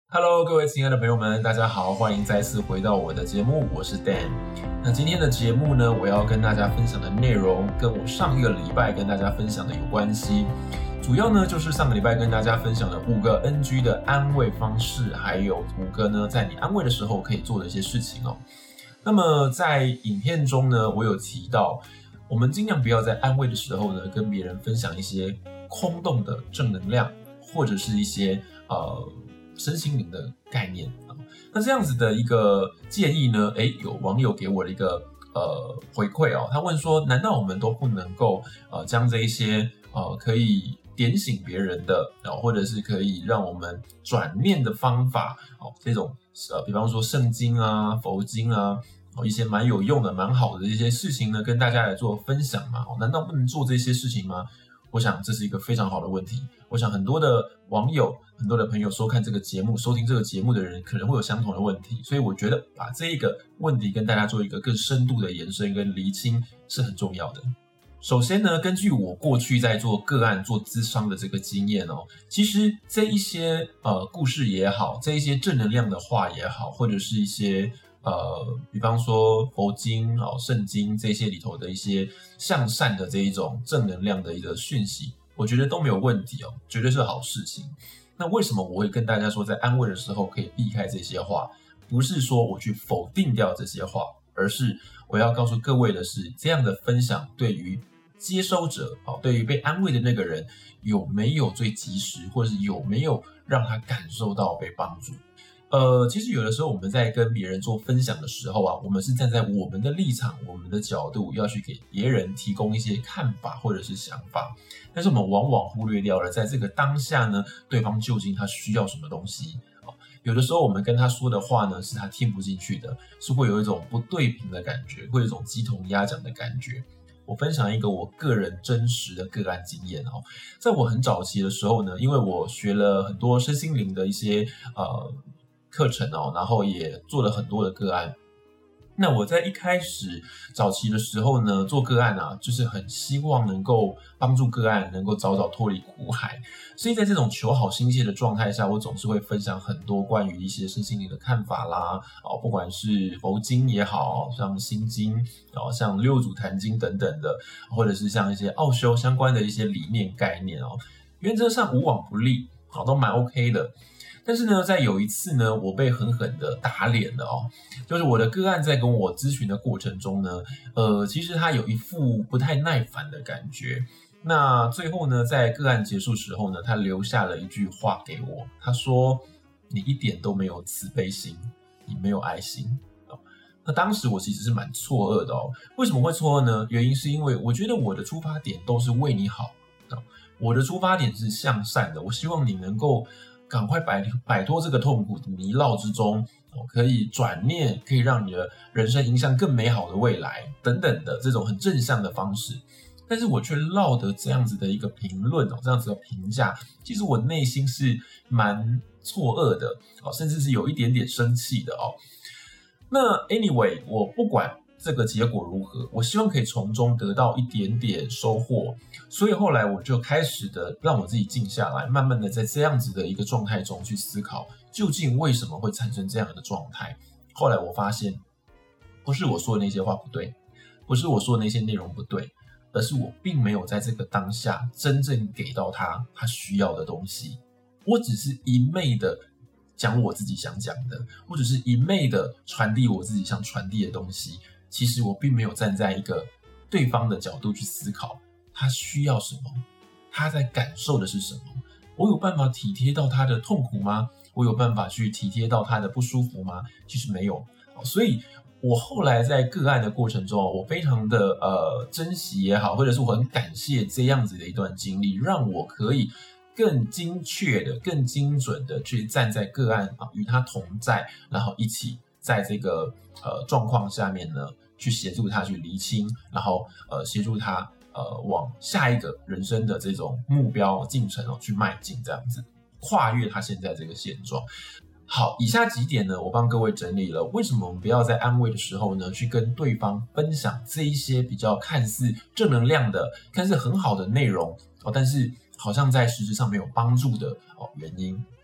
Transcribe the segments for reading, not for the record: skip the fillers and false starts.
Hello，各位亲爱的朋友们，大家好，欢迎再次回到我的节目，我是 Dan。那今天的节目呢，我要跟大家分享的内容跟我上一个礼拜跟大家分享的有关系。主要呢就是上个礼拜跟大家分享的5个 NG 的安慰方式，还有5个呢在你安慰的时候可以做的一些事情哦。那么在影片中呢，我有提到，我们尽量不要在安慰的时候呢跟别人分享一些空洞的正能量，或者是一些身心灵的概念啊。那这样子的一个建议呢，有网友给我的一个回馈哦，他问说，难道我们都不能够将这一些可以点醒别人的或者是可以让我们转念的方法这种比方说圣经啊、佛经啊一些蛮有用的、蛮好的一些事情呢，跟大家来做分享嘛？难道不能做这些事情吗？我想这是一个非常好的问题。我想很多的网友、很多的朋友收看这个节目、收听这个节目的人可能会有相同的问题，所以我觉得把这一个问题跟大家做一个更深度的延伸跟厘清是很重要的。首先呢，根据我过去在做个案、做咨商的这个经验哦，其实这一些故事也好，这一些正能量的话也好，或者是一些比方说佛经圣经这些里头的一些向善的这一种正能量的一个讯息，我觉得都没有问题哦，绝对是好事情。那为什么我会跟大家说，在安慰的时候可以避开这些话？不是说我去否定掉这些话，而是我要告诉各位的是，这样的分享对于接收者对于被安慰的那个人有没有最及时，或者是有没有让他感受到被帮助。其实有的时候我们在跟别人做分享的时候啊，我们是站在我们的立场、我们的角度，要去给别人提供一些看法或者是想法，但是我们往往忽略掉了，在这个当下呢，对方究竟他需要什么东西。有的时候我们跟他说的话呢，是他听不进去的，是会有一种不对频的感觉，会有一种鸡同鸭讲的感觉。我分享一个我个人真实的个案经验哦，在我很早期的时候呢，因为我学了很多身心灵的一些课程哦，然后也做了很多的个案。那我在一开始早期的时候呢，做个案啊，就是很希望能够帮助个案能够早早脱离苦海，所以在这种求好心切的状态下，我总是会分享很多关于一些身心灵的看法啦，不管是佛经也好，像心经，像六祖坛经等等的，或者是像一些奥修相关的一些理念概念哦，原则上无往不利，都蛮 OK 的。但是呢，在有一次呢，我被狠狠的打脸了哦，就是我的个案在跟我咨询的过程中呢，其实他有一副不太耐烦的感觉。那最后呢，在个案结束时候呢，他留下了一句话给我，他说：“你一点都没有慈悲心，你没有爱心。”那当时我其实是蛮错愕的哦。为什么会错愕呢？原因是因为我觉得我的出发点都是为你好，我的出发点是向善的，我希望你能够赶快摆脱这个痛苦的泥淖之中，可以转念，可以让你的人生迎向更美好的未来等等的这种很正向的方式。但是我却落得这样子的一个评论这样子的评价，其实我内心是蛮错愕的甚至是有一点点生气的哦。那 anyway， 我不管这个结果如何，我希望可以从中得到一点点收获，所以后来我就开始的让我自己静下来，慢慢的在这样子的一个状态中去思考，究竟为什么会产生这样的状态。后来我发现，不是我说的那些话不对，不是我说的那些内容不对，而是我并没有在这个当下真正给到他需要的东西，我只是一昧的讲我自己想讲的，或者是一昧的传递我自己想传递的东西，其实我并没有站在一个对方的角度去思考他需要什么，他在感受的是什么，我有办法体贴到他的痛苦吗？我有办法去体贴到他的不舒服吗？其实没有。所以我后来在个案的过程中，我非常的珍惜也好，或者是我很感谢这样子的一段经历，让我可以更精确的、更精准的去站在个案与他同在，然后一起在这个状况下面呢，去协助他去厘清，然后协助他往下一个人生的这种目标进程去迈进，这样子跨越他现在这个现状。好，以下几点呢，我帮各位整理了为什么我们不要在安慰的时候呢，去跟对方分享这一些比较看似正能量的、看似很好的内容但是好像在实质上没有帮助的原因。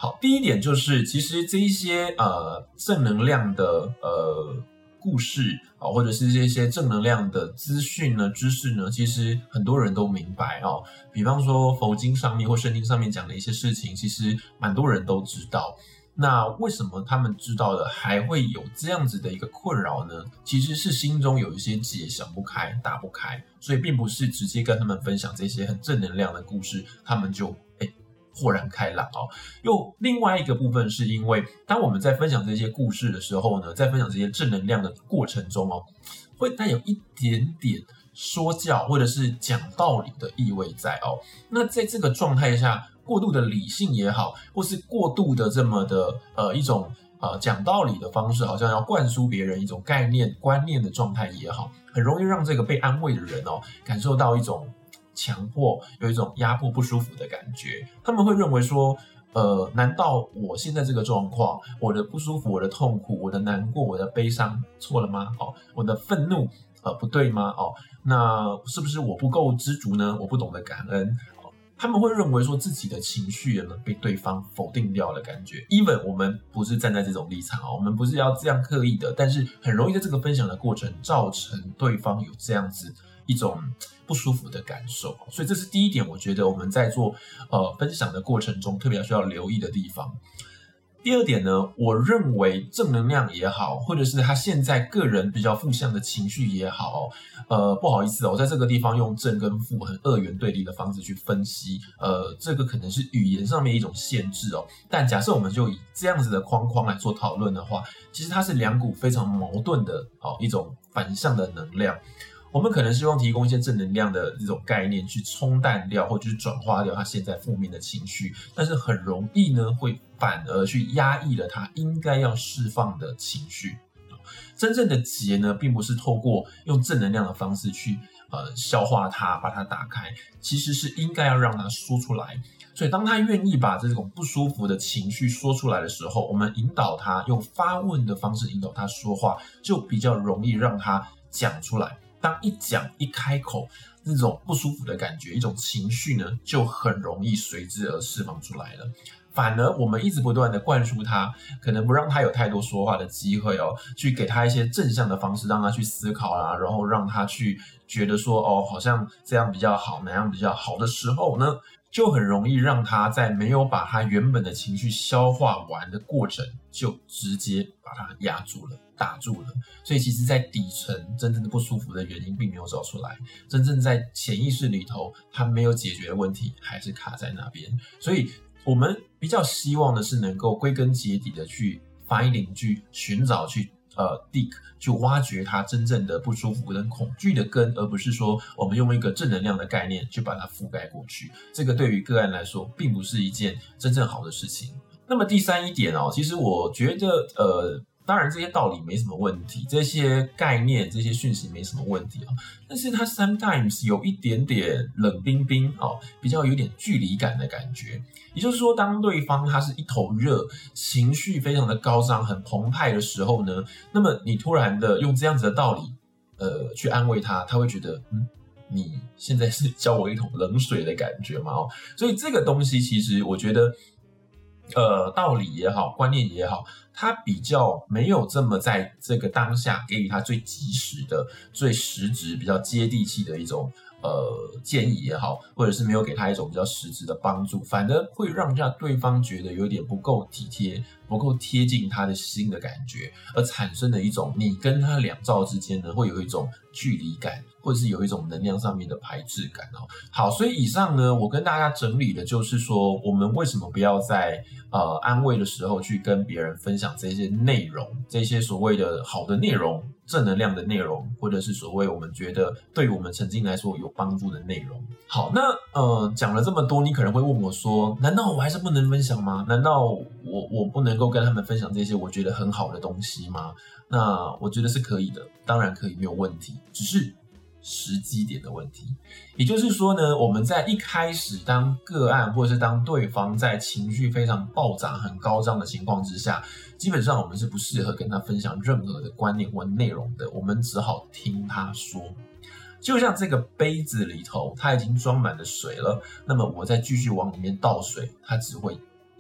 好，第一点就是，其实这一些正能量的故事啊，或者是这些正能量的资讯呢、知识呢，其实很多人都明白哦。比方说佛经上面或圣经上面讲的一些事情，其实蛮多人都知道。那为什么他们知道了还会有这样子的一个困扰呢？其实是心中有一些结想不开、打不开，所以并不是直接跟他们分享这些很正能量的故事，他们就豁然开朗哦。又另外一个部分是因为，当我们在分享这些故事的时候呢，在分享这些正能量的过程中哦，会带有一点点说教或者是讲道理的意味在哦。那在这个状态下，过度的理性也好，或是过度的这么的一种讲道理的方式，好像要灌输别人一种概念观念的状态也好，很容易让这个被安慰的人哦感受到一种强迫，有一种压迫不舒服的感觉。他们会认为说难道我现在这个状况，我的不舒服，我的痛苦，我的难过，我的悲伤错了吗？我的愤怒不对吗？那是不是我不够知足呢？我不懂得感恩？他们会认为说自己的情绪呢被对方否定掉的感觉。even 我们不是站在这种立场我们不是要这样刻意的，但是很容易在这个分享的过程造成对方有这样子一种不舒服的感受。所以这是第一点，我觉得我们在做分享的过程中特别需要留意的地方。第二点呢，我认为正能量也好，或者是他现在个人比较负向的情绪也好，不好意思我在这个地方用正跟负很二元对立的方式去分析，这个可能是语言上面一种限制哦。但假设我们就以这样子的框框来做讨论的话，其实它是两股非常矛盾的一种反向的能量。我们可能希望提供一些正能量的这种概念去冲淡掉或者是转化掉他现在负面的情绪，但是很容易呢会反而去压抑了他应该要释放的情绪。真正的结呢，并不是透过用正能量的方式去消化它，把它打开，其实是应该要让它说出来。所以当他愿意把这种不舒服的情绪说出来的时候，我们引导他用发问的方式引导他说话，就比较容易让他讲出来。当一讲一开口，那种不舒服的感觉，一种情绪呢，就很容易随之而释放出来了。反而我们一直不断的灌输他，可能不让他有太多说话的机会去给他一些正向的方式，让他去思考啦，然后让他去觉得说好像这样比较好，那样比较好的时候呢，就很容易让他在没有把他原本的情绪消化完的过程，就直接把他压住了，打住了。所以其实在底层真正的不舒服的原因并没有找出来，真正在潜意识里头他没有解决的问题还是卡在那边。所以我们比较希望的是能够归根结底的去 finding 去寻找去dig 去挖掘它真正的不舒服跟恐惧的根，而不是说我们用一个正能量的概念去把它覆盖过去。这个对于个案来说并不是一件真正好的事情。那么第三一点其实我觉得当然这些道理没什么问题，这些概念这些讯息没什么问题但是它 sometimes 有一点点冷冰冰比较有点距离感的感觉。也就是说，当对方他是一头热，情绪非常的高涨很澎湃的时候呢，那么你突然的用这样子的道理去安慰他，他会觉得你现在是浇我一桶冷水的感觉嘛所以这个东西其实我觉得道理也好，观念也好，他比较没有这么在这个当下给予他最及时的、最实质、比较接地气的一种建议也好，或者是没有给他一种比较实质的帮助，反而会让对方觉得有点不够体贴、不够贴近他的心的感觉，而产生的一种你跟他两造之间呢，会有一种距离感，或者是有一种能量上面的排斥感好，所以以上呢，我跟大家整理的就是说，我们为什么不要在安慰的时候去跟别人分享这些内容，这些所谓的好的内容、正能量的内容，或者是所谓我们觉得对于我们曾经来说有帮助的内容。好，那讲了这么多，你可能会问我说，难道我还是不能分享吗？难道我不能够跟他们分享这些我觉得很好的东西吗？那我觉得是可以的，当然可以，没有问题，只是时机点的问题。也就是说呢，我们在一开始当个案或者是当对方在情绪非常暴涨很高涨的情况之下，基本上我们是不适合跟他分享任何的观念或内容的，我们只好听他说。就像这个杯子里头它已经装满了水了，那么我再继续往里面倒水，它只会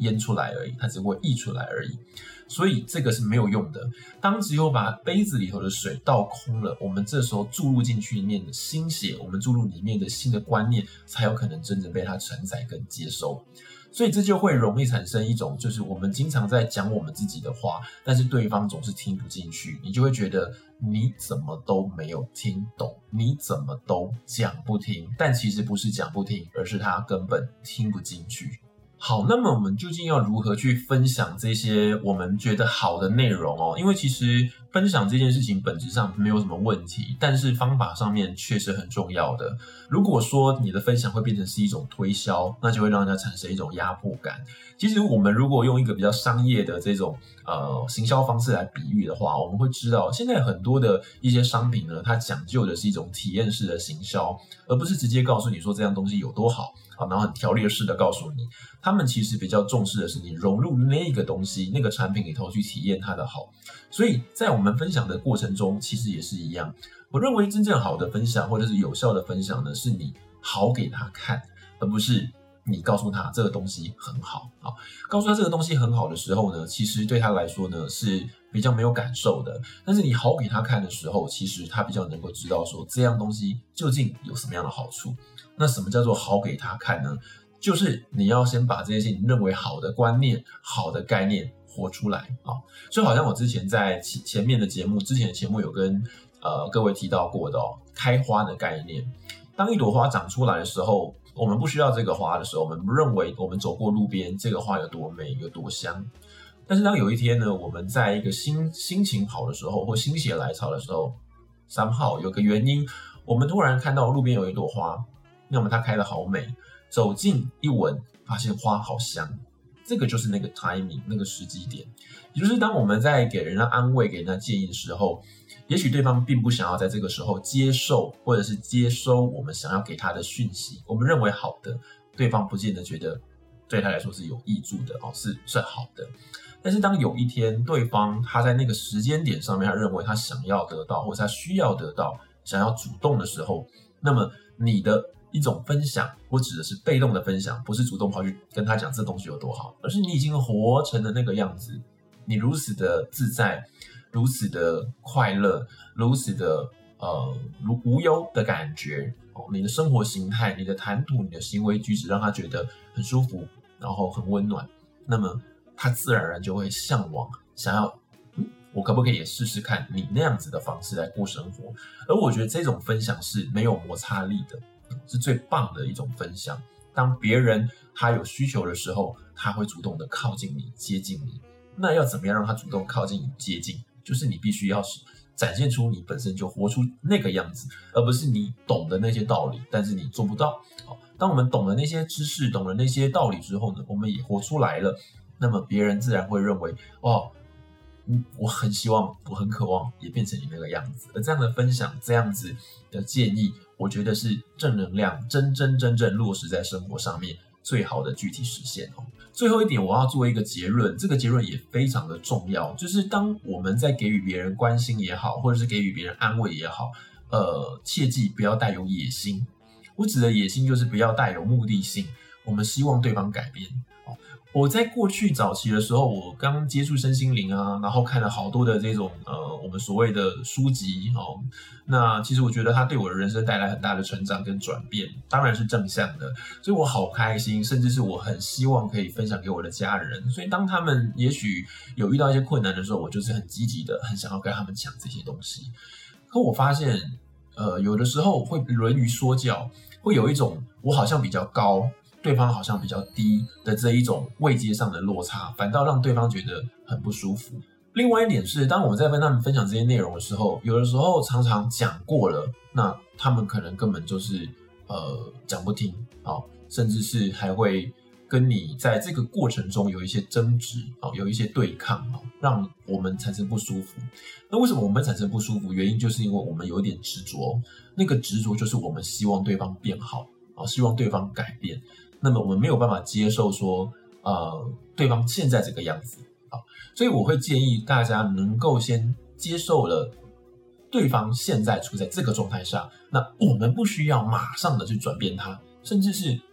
淹出来而已，它只会溢出来而已。所以这个是没有用的。当只有把杯子里头的水倒空了，我们这时候注入进去里面的新血，我们注入里面的新的观念，才有可能真正被它承载跟接收。所以这就会容易产生一种，就是我们经常在讲我们自己的话，但是对方总是听不进去，你就会觉得你怎么都没有听懂，你怎么都讲不听，但其实不是讲不听，而是他根本听不进去。好，那么我们究竟要如何去分享这些我们觉得好的内容哦？因为其实分享这件事情本质上没有什么问题，但是方法上面确实很重要的。如果说你的分享会变成是一种推销，那就会让人家产生一种压迫感。其实我们如果用一个比较商业的这种行销方式来比喻的话，我们会知道现在很多的一些商品呢，它讲究的是一种体验式的行销，而不是直接告诉你说这样东西有多好，然后很条列式的告诉你。他们其实比较重视的是你融入那个东西、那个产品里头去体验它的好。所以在我们分享的过程中，其实也是一样。我认为真正好的分享或者是有效的分享呢，是你好给他看，而不是你告诉他这个东西很好。告诉他这个东西很好的时候呢，其实对他来说呢是比较没有感受的。但是你好给他看的时候，其实他比较能够知道说这样东西究竟有什么样的好处。那什么叫做好给他看呢？就是你要先把这些你认为好的观念、好的概念活出来啊。就好像我之前在前面的节目有跟各位提到过的开花的概念。当一朵花长出来的时候，我们不需要这个花的时候，我们不认为我们走过路边这个花有多美有多香。但是当有一天呢，我们在一个心情好的时候，或心血来潮的时候，somehow有个原因，我们突然看到路边有一朵花，那么它开得好美，走近一闻，发现花好香。这个就是那个 timing， 那个时机点。也就是当我们在给人家安慰、给人家建议的时候，也许对方并不想要在这个时候接受或者是接收我们想要给他的讯息，我们认为好的，对方不见得觉得对他来说是有益处的是好的。但是当有一天对方他在那个时间点上面，他认为他想要得到或者他需要得到，想要主动的时候，那么你的一种分享，我指的是被动的分享，不是主动跑去跟他讲这东西有多好，而是你已经活成了那个样子，你如此的自在，如此的快乐，如此的无忧的感觉，你的生活形态、你的谈吐、你的行为举止让他觉得很舒服，然后很温暖，那么他自然而然就会向往，想要我可不可以也试试看你那样子的方式来过生活。而我觉得这种分享是没有摩擦力的，是最棒的一种分享。当别人他有需求的时候，他会主动的靠近你，接近你。那要怎么样让他主动靠近你、接近？就是你必须要展现出你本身就活出那个样子，而不是你懂的那些道理，但是你做不到。当我们懂了那些知识、懂了那些道理之后呢，我们也活出来了，那么别人自然会认为我很希望，我很渴望也变成你那个样子。而这样的分享，这样子的建议，我觉得是正能量真正落实在生活上面最好的具体实现。最后一点，我要做一个结论，这个结论也非常的重要，就是当我们在给予别人关心也好，或者是给予别人安慰也好，切记不要带有野心。我指的野心就是不要带有目的性，我们希望对方改变。我在过去早期的时候，我刚接触身心灵啊，然后看了好多的这种我们所谓的书籍那其实我觉得它对我的人生带来很大的成长跟转变，当然是正向的，所以我好开心，甚至是我很希望可以分享给我的家人。所以当他们也许有遇到一些困难的时候，我就是很积极的，很想要跟他们讲这些东西。可我发现有的时候会沦于说教，会有一种我好像比较高，对方好像比较低的这一种位阶上的落差，反倒让对方觉得很不舒服。另外一点是，当我在跟他们分享这些内容的时候，有的时候常常讲过了，那他们可能根本就是讲不听，甚至是还会跟你在这个过程中有一些争执，有一些对抗，让我们产生不舒服。那为什么我们产生不舒服？原因就是因为我们有一点执着，那个执着就是我们希望对方变好，希望对方改变。那么我们没有办法接受说对方现在这个样子，所以我会建议大家能够先接受了对方现在处在这个状态下，那我们不需要马上的去转变它，甚至是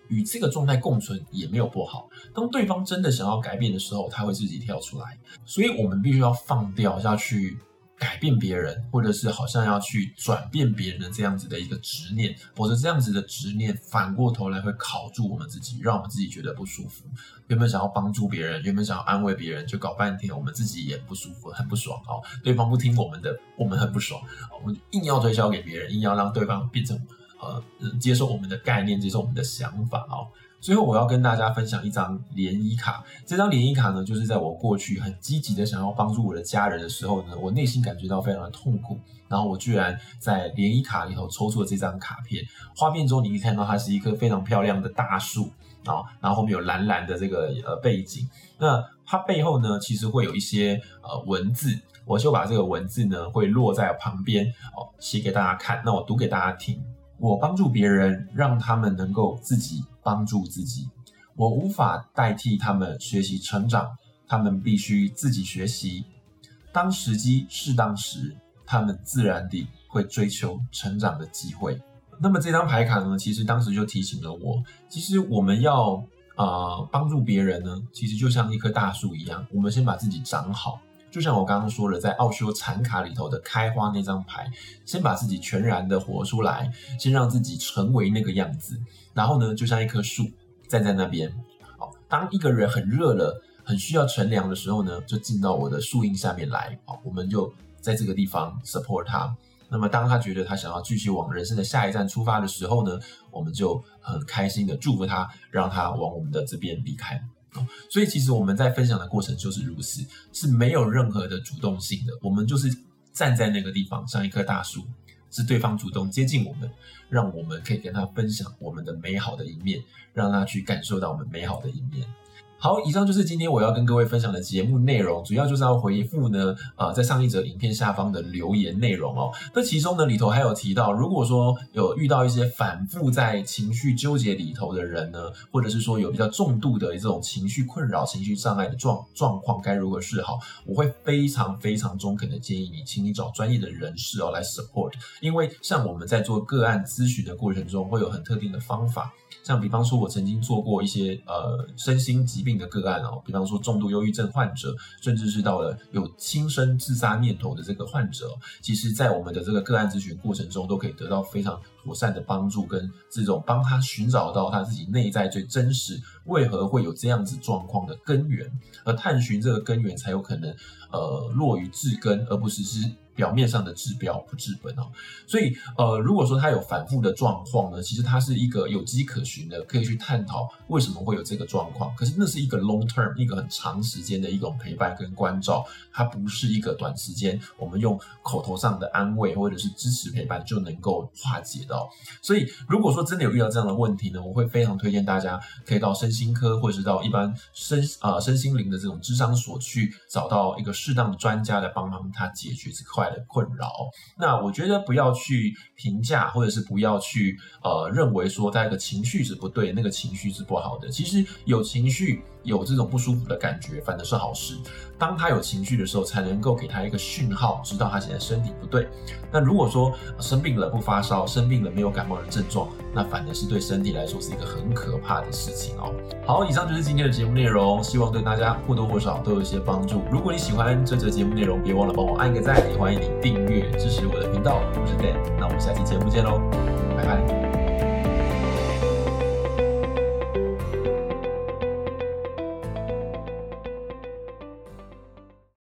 与这个状态共存也没有不好。当对方真的想要改变的时候，他会自己跳出来。所以我们必须要放掉要去改变别人，或者是好像要去转变别人的这样子的一个执念，否则这样子的执念反过头来会烤住我们自己，让我们自己觉得不舒服。原本想要帮助别人，原本想要安慰别人，就搞半天我们自己也不舒服，很不爽哦。对方不听我们的，我们很不爽，我们硬要推销给别人，硬要让对方变成接受我们的概念，接受我们的想法哦。最后我要跟大家分享一张联谊卡，这张联谊卡呢，就是在我过去很积极的想要帮助我的家人的时候呢，我内心感觉到非常的痛苦，然后我居然在联谊卡里头抽出了这张卡片，画面中你可以看到它是一棵非常漂亮的大树，然后后面有蓝蓝的这个背景，那它背后呢其实会有一些文字，我就把这个文字呢会落在旁边写给大家看，那我读给大家听。我帮助别人，让他们能够自己帮助自己。我无法代替他们学习成长，他们必须自己学习。当时机适当时，他们自然地会追求成长的机会。那么这张牌卡呢，其实当时就提醒了我，其实我们要帮助别人呢，其实就像一棵大树一样，我们先把自己长好。就像我刚刚说了，在奥修禅卡里头的开花那张牌，先把自己全然的活出来，先让自己成为那个样子，然后呢，就像一棵树站在那边。当一个人很热了，很需要乘凉的时候呢，就进到我的树荫下面来，我们就在这个地方 support 他。那么当他觉得他想要继续往人生的下一站出发的时候呢，我们就很开心的祝福他，让他往我们的这边离开。所以其实我们在分享的过程就是如此，是没有任何的主动性的，我们就是站在那个地方像一棵大树，是对方主动接近我们，让我们可以跟他分享我们的美好的一面，让他去感受到我们美好的一面。好，以上就是今天我要跟各位分享的节目内容，主要就是要回复呢，在上一则影片下方的留言内容哦。那其中呢，里头还有提到，如果说有遇到一些反复在情绪纠结里头的人呢，或者是说有比较重度的这种情绪困扰、情绪障碍的状况，该如何是好？我会非常非常中肯的建议你，请你找专业的人士来 support， 因为像我们在做个案咨询的过程中，会有很特定的方法。像比方说我曾经做过一些身心疾病的个案比方说重度忧郁症患者，甚至是到了有轻生自杀念头的这个患者，其实在我们的这个个案咨询过程中都可以得到非常妥善的帮助，跟这种帮他寻找到他自己内在最真实为何会有这样子状况的根源，而探寻这个根源才有可能落于治根，而不是表面上的治标不治本所以如果说他有反复的状况呢，其实它是一个有迹可循的，可以去探讨为什么会有这个状况。可是那是一个 long term， 一个很长时间的一种陪伴跟关照，它不是一个短时间我们用口头上的安慰或者是支持陪伴就能够化解的所以如果说真的有遇到这样的问题呢，我会非常推荐大家可以到身心科或者是到一般身心灵的这种諮商所去找到一个适当的专家来帮忙他解决这块的困扰。那我觉得不要去评价，或者是不要去认为说那个情绪是不对，那个情绪是不好的。其实有情绪有这种不舒服的感觉反而是好事，当他有情绪的时候才能够给他一个讯号，知道他现在身体不对。那如果说生病了不发烧，生病了没有感冒的症状，那反而是对身体来说是一个很可怕的事情好，以上就是今天的节目内容，希望对大家或多或少都有一些帮助。如果你喜欢这则节目内容，别忘了帮我按个赞，也欢迎你订阅支持我的频道。我是 Dan， 那我们下期节目见咯，拜拜。